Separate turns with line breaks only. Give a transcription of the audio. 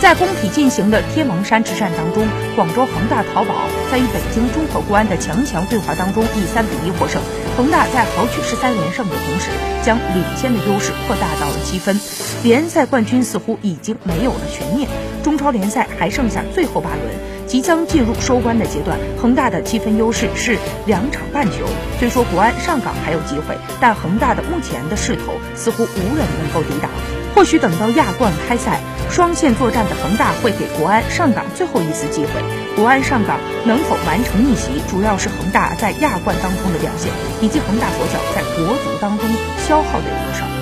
在工体进行的天王山之战当中，广州恒大淘宝在与北京中赫国安的强对话当中以3-1获胜。恒大在豪取13连胜的同时，将领先的优势扩大到了7分，联赛冠军似乎已经没有了悬念。中超联赛还剩下最后8轮，即将进入收官的阶段，恒大的7分优势是2场半球。虽说国安上港还有机会，但恒大的目前的势头似乎无人能够抵挡。或许等到亚冠开赛，双线作战的恒大会给国安上港最后一次机会。国安上港能否完成逆袭，主要是恒大在亚冠当中的表现，以及恒大左脚在国足当中消耗的有多少。